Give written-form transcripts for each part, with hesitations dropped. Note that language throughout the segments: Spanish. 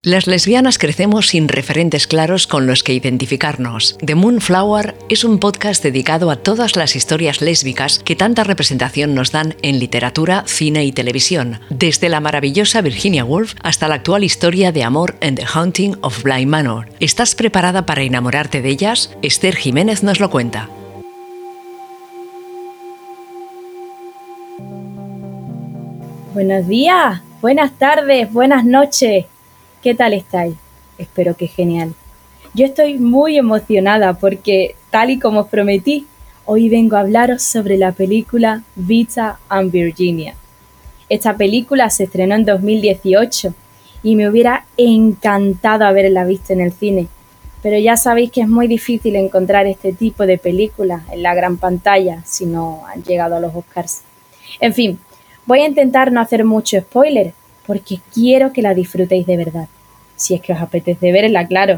Las lesbianas crecemos sin referentes claros con los que identificarnos. The Moonflower es un podcast dedicado a todas las historias lésbicas que tanta representación nos dan en literatura, cine y televisión, desde la maravillosa Virginia Woolf hasta la actual historia de amor en The Haunting of Bly Manor. ¿Estás preparada para enamorarte de ellas? Esther Jiménez nos lo cuenta. Buenos días, buenas tardes, buenas noches. ¿Qué tal estáis? Espero que genial. Yo estoy muy emocionada porque, tal y como os prometí, hoy vengo a hablaros sobre la película Vita and Virginia. Esta película se estrenó en 2018 y me hubiera encantado haberla visto en el cine, pero ya sabéis que es muy difícil encontrar este tipo de películas en la gran pantalla si no han llegado a los Oscars. En fin, voy a intentar no hacer mucho spoiler, porque quiero que la disfrutéis de verdad, si es que os apetece verla, claro.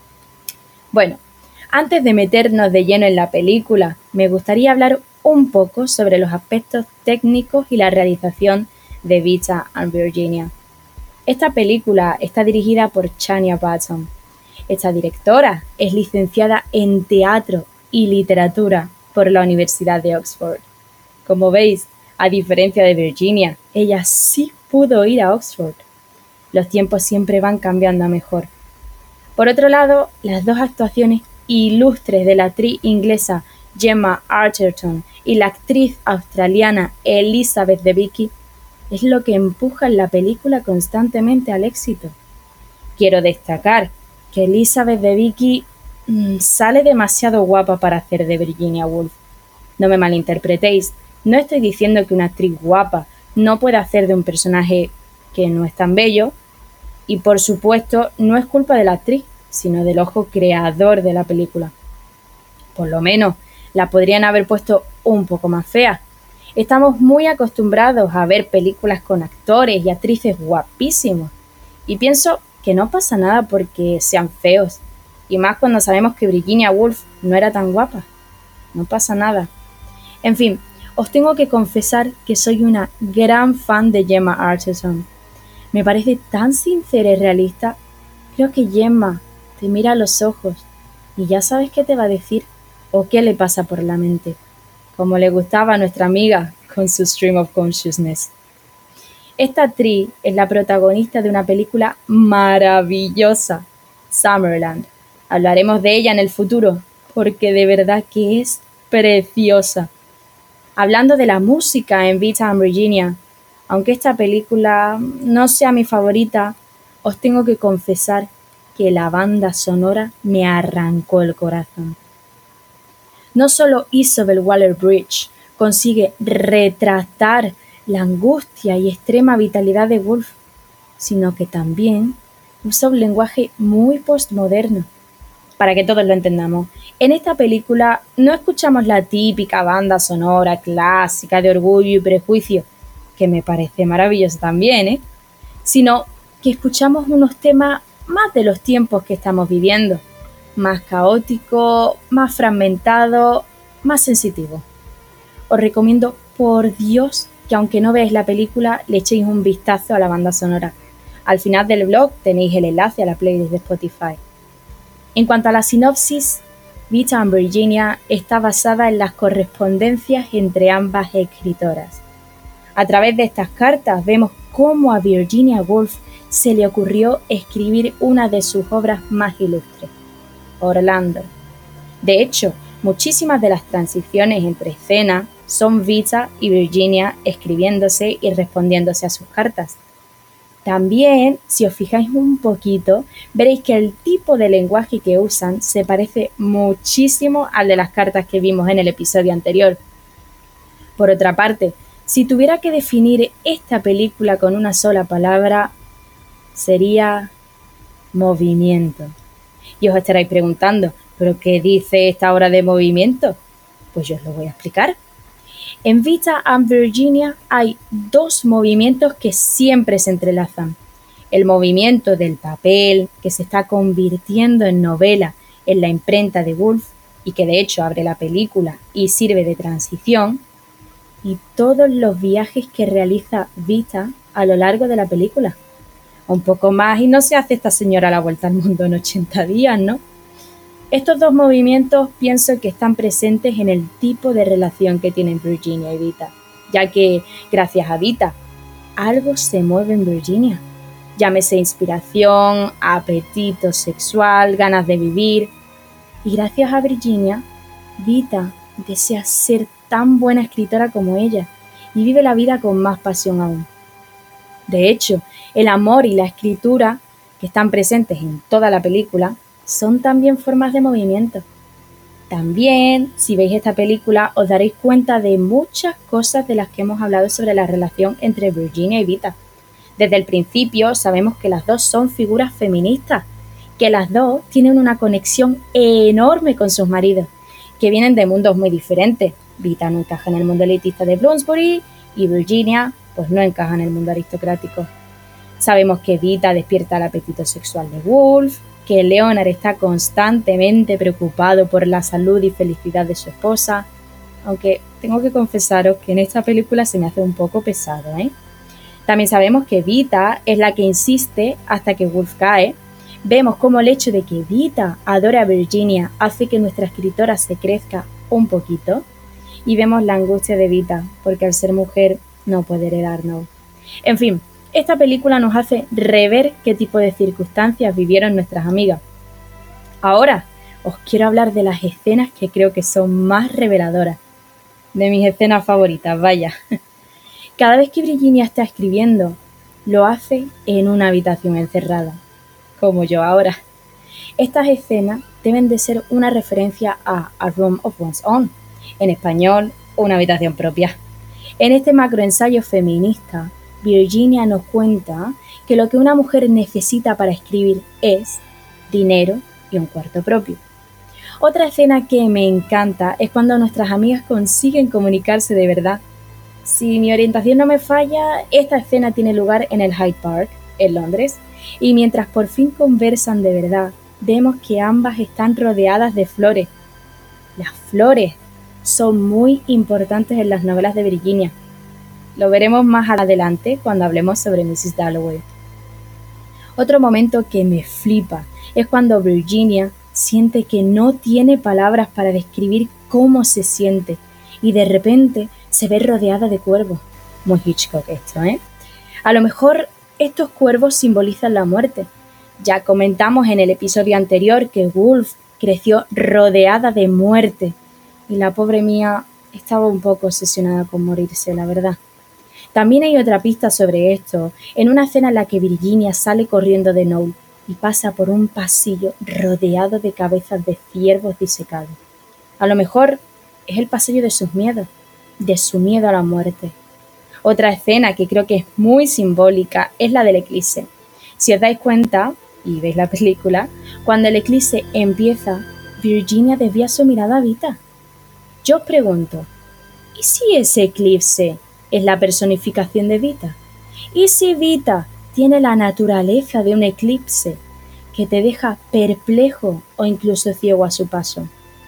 Bueno, antes de meternos de lleno en la película, me gustaría hablar un poco sobre los aspectos técnicos y la realización de Vita and Virginia. Esta película está dirigida por Chania Button. Esta directora es licenciada en teatro y literatura por la Universidad de Oxford. Como veis, a diferencia de Virginia, ella sí pudo ir a Oxford. Los tiempos siempre van cambiando a mejor. Por otro lado, las dos actuaciones ilustres de la actriz inglesa Gemma Arterton y la actriz australiana Elizabeth Debicki es lo que empuja la película constantemente al éxito. Quiero destacar que Elizabeth Debicki sale demasiado guapa para hacer de Virginia Woolf. No me malinterpretéis, no estoy diciendo que una actriz guapa no pueda hacer de un personaje que no es tan bello, y por supuesto no es culpa de la actriz, sino del ojo creador de la película. Por lo menos la podrían haber puesto un poco más fea. Estamos muy acostumbrados a ver películas con actores y actrices guapísimos, y pienso que no pasa nada porque sean feos, y más cuando sabemos que Virginia Woolf no era tan guapa. No pasa nada. En fin, os tengo que confesar que soy una gran fan de Gemma Arterton. Me parece tan sincera y realista. Creo que Gemma te mira a los ojos y ya sabes qué te va a decir o qué le pasa por la mente, como le gustaba a nuestra amiga con su Stream of Consciousness. Esta actriz es la protagonista de una película maravillosa, Summerland. Hablaremos de ella en el futuro, porque de verdad que es preciosa. Hablando de la música en Vita and Virginia, aunque esta película no sea mi favorita, os tengo que confesar que la banda sonora me arrancó el corazón. No solo Isabel Waller-Bridge consigue retratar la angustia y extrema vitalidad de Woolf, sino que también usa un lenguaje muy postmoderno. Para que todos lo entendamos, en esta película no escuchamos la típica banda sonora clásica de Orgullo y Prejuicio, que me parece maravillosa también, sino que escuchamos unos temas más de los tiempos que estamos viviendo, más caóticos, más fragmentados, más sensitivos. Os recomiendo por Dios que aunque no veáis la película, le echéis un vistazo a la banda sonora. Al final del blog tenéis el enlace a la playlist de Spotify. En cuanto a la sinopsis, Vita and Virginia está basada en las correspondencias entre ambas escritoras. A través de estas cartas vemos cómo a Virginia Woolf se le ocurrió escribir una de sus obras más ilustres, Orlando. De hecho, muchísimas de las transiciones entre escenas son Vita y Virginia escribiéndose y respondiéndose a sus cartas. También, si os fijáis un poquito, veréis que el tipo de lenguaje que usan se parece muchísimo al de las cartas que vimos en el episodio anterior. Por otra parte, si tuviera que definir esta película con una sola palabra, sería movimiento. Y os estaréis preguntando, ¿pero qué dice esta obra de movimiento? Pues yo os lo voy a explicar. En Vita and Virginia hay dos movimientos que siempre se entrelazan. El movimiento del papel, que se está convirtiendo en novela en la imprenta de Woolf y que de hecho abre la película y sirve de transición, y todos los viajes que realiza Vita a lo largo de la película. Un poco más y no se hace esta señora la vuelta al mundo en 80 días, ¿no? Estos dos movimientos pienso que están presentes en el tipo de relación que tienen Virginia y Vita, ya que, gracias a Vita, algo se mueve en Virginia. Llámese inspiración, apetito sexual, ganas de vivir. Y gracias a Virginia, Vita desea ser tan buena escritora como ella y vive la vida con más pasión aún. De hecho, el amor y la escritura, que están presentes en toda la película, son también formas de movimiento. También, si veis esta película, os daréis cuenta de muchas cosas de las que hemos hablado sobre la relación entre Virginia y Vita. Desde el principio sabemos que las dos son figuras feministas, que las dos tienen una conexión enorme con sus maridos, que vienen de mundos muy diferentes. Vita no encaja en el mundo elitista de Bloomsbury y Virginia pues no encaja en el mundo aristocrático. Sabemos que Vita despierta el apetito sexual de Woolf, que Leonard está constantemente preocupado por la salud y felicidad de su esposa, aunque tengo que confesaros que en esta película se me hace un poco pesado, ¿eh? También sabemos que Vita es la que insiste hasta que Woolf cae. Vemos cómo el hecho de que Vita adore a Virginia hace que nuestra escritora se crezca un poquito, y vemos la angustia de Vita, porque al ser mujer no puede heredar, ¿no? En fin, esta película nos hace rever qué tipo de circunstancias vivieron nuestras amigas. Ahora os quiero hablar de las escenas que creo que son más reveladoras. De mis escenas favoritas, vaya. Cada vez que Virginia está escribiendo, lo hace en una habitación encerrada, como yo ahora. Estas escenas deben de ser una referencia a A Room of One's Own, en español, una habitación propia. En este macroensayo feminista, Virginia nos cuenta que lo que una mujer necesita para escribir es dinero y un cuarto propio. Otra escena que me encanta es cuando nuestras amigas consiguen comunicarse de verdad. Si mi orientación no me falla, esta escena tiene lugar en el Hyde Park, en Londres, y mientras por fin conversan de verdad, vemos que ambas están rodeadas de flores. Las flores son muy importantes en las novelas de Virginia. Lo veremos más adelante cuando hablemos sobre Mrs. Dalloway. Otro momento que me flipa es cuando Virginia siente que no tiene palabras para describir cómo se siente y de repente se ve rodeada de cuervos. Muy Hitchcock esto, ¿eh? A lo mejor estos cuervos simbolizan la muerte. Ya comentamos en el episodio anterior que Woolf creció rodeada de muerte y la pobre mía estaba un poco obsesionada con morirse, la verdad. También hay otra pista sobre esto, en una escena en la que Virginia sale corriendo de Knowle y pasa por un pasillo rodeado de cabezas de ciervos disecados. A lo mejor es el pasillo de sus miedos, de su miedo a la muerte. Otra escena que creo que es muy simbólica es la del eclipse. Si os dais cuenta, y veis la película, cuando el eclipse empieza, Virginia desvía su mirada a Vita. Yo os pregunto, ¿y si ese eclipse es la personificación de Vita? ¿Y si Vita tiene la naturaleza de un eclipse que te deja perplejo o incluso ciego a su paso?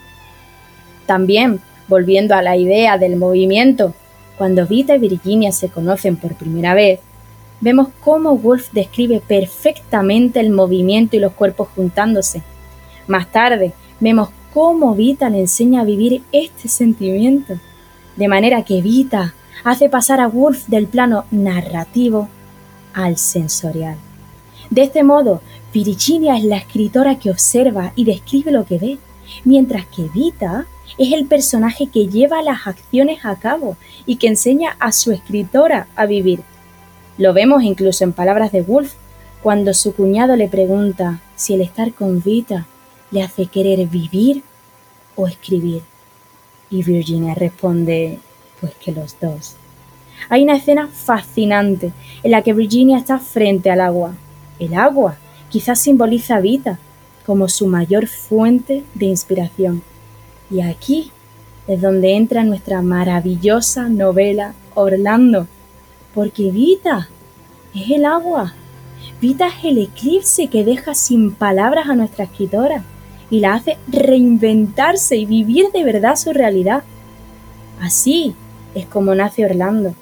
También, volviendo a la idea del movimiento, cuando Vita y Virginia se conocen por primera vez, vemos cómo Woolf describe perfectamente el movimiento y los cuerpos juntándose. Más tarde, vemos cómo Vita le enseña a vivir este sentimiento, de manera que Vita hace pasar a Woolf del plano narrativo al sensorial. De este modo, Virginia es la escritora que observa y describe lo que ve, mientras que Vita es el personaje que lleva las acciones a cabo y que enseña a su escritora a vivir. Lo vemos incluso en palabras de Woolf, cuando su cuñado le pregunta si el estar con Vita le hace querer vivir o escribir. Y Virginia responde, pues que los dos. Hay una escena fascinante en la que Virginia está frente al agua. El agua quizás simboliza a Vita como su mayor fuente de inspiración. Y aquí es donde entra nuestra maravillosa novela Orlando, porque Vita es el agua. Vita es el eclipse que deja sin palabras a nuestra escritora y la hace reinventarse y vivir de verdad su realidad. Así es como nace Orlando.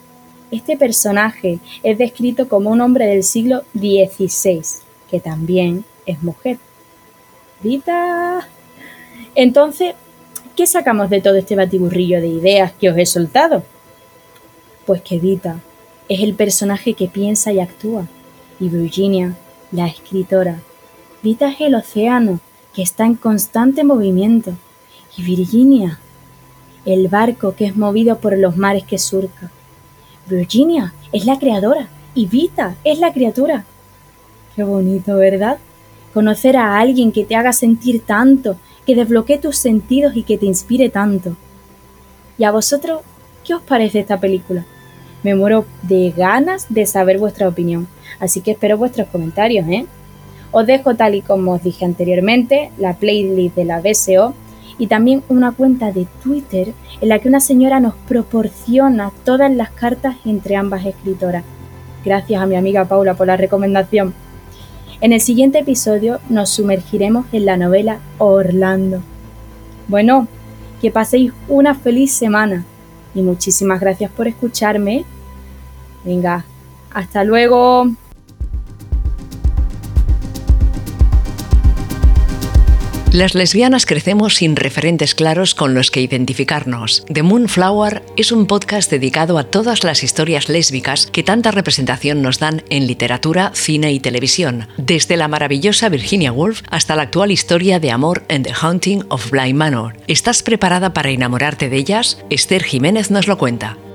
Este personaje es descrito como un hombre del siglo XVI, que también es mujer. Vita. Entonces, ¿qué sacamos de todo este batiburrillo de ideas que os he soltado? Pues que Vita es el personaje que piensa y actúa, y Virginia, la escritora. Vita es el océano que está en constante movimiento, y Virginia, el barco que es movido por los mares que surca. Virginia es la creadora y Vita es la criatura. Qué bonito, ¿verdad? Conocer a alguien que te haga sentir tanto, que desbloquee tus sentidos y que te inspire tanto. ¿Y a vosotros qué os parece esta película? Me muero de ganas de saber vuestra opinión, así que espero vuestros comentarios, ¿eh? Os dejo, tal y como os dije anteriormente, la playlist de la BSO y también una cuenta de Twitter en la que una señora nos proporciona todas las cartas entre ambas escritoras. Gracias a mi amiga Paula por la recomendación. En el siguiente episodio nos sumergiremos en la novela Orlando. Bueno, que paséis una feliz semana y muchísimas gracias por escucharme. Venga, hasta luego. Las lesbianas crecemos sin referentes claros con los que identificarnos. The Moonflower es un podcast dedicado a todas las historias lésbicas que tanta representación nos dan en literatura, cine y televisión, desde la maravillosa Virginia Woolf hasta la actual historia de amor en The Haunting of Bly Manor. ¿Estás preparada para enamorarte de ellas? Esther Jiménez nos lo cuenta.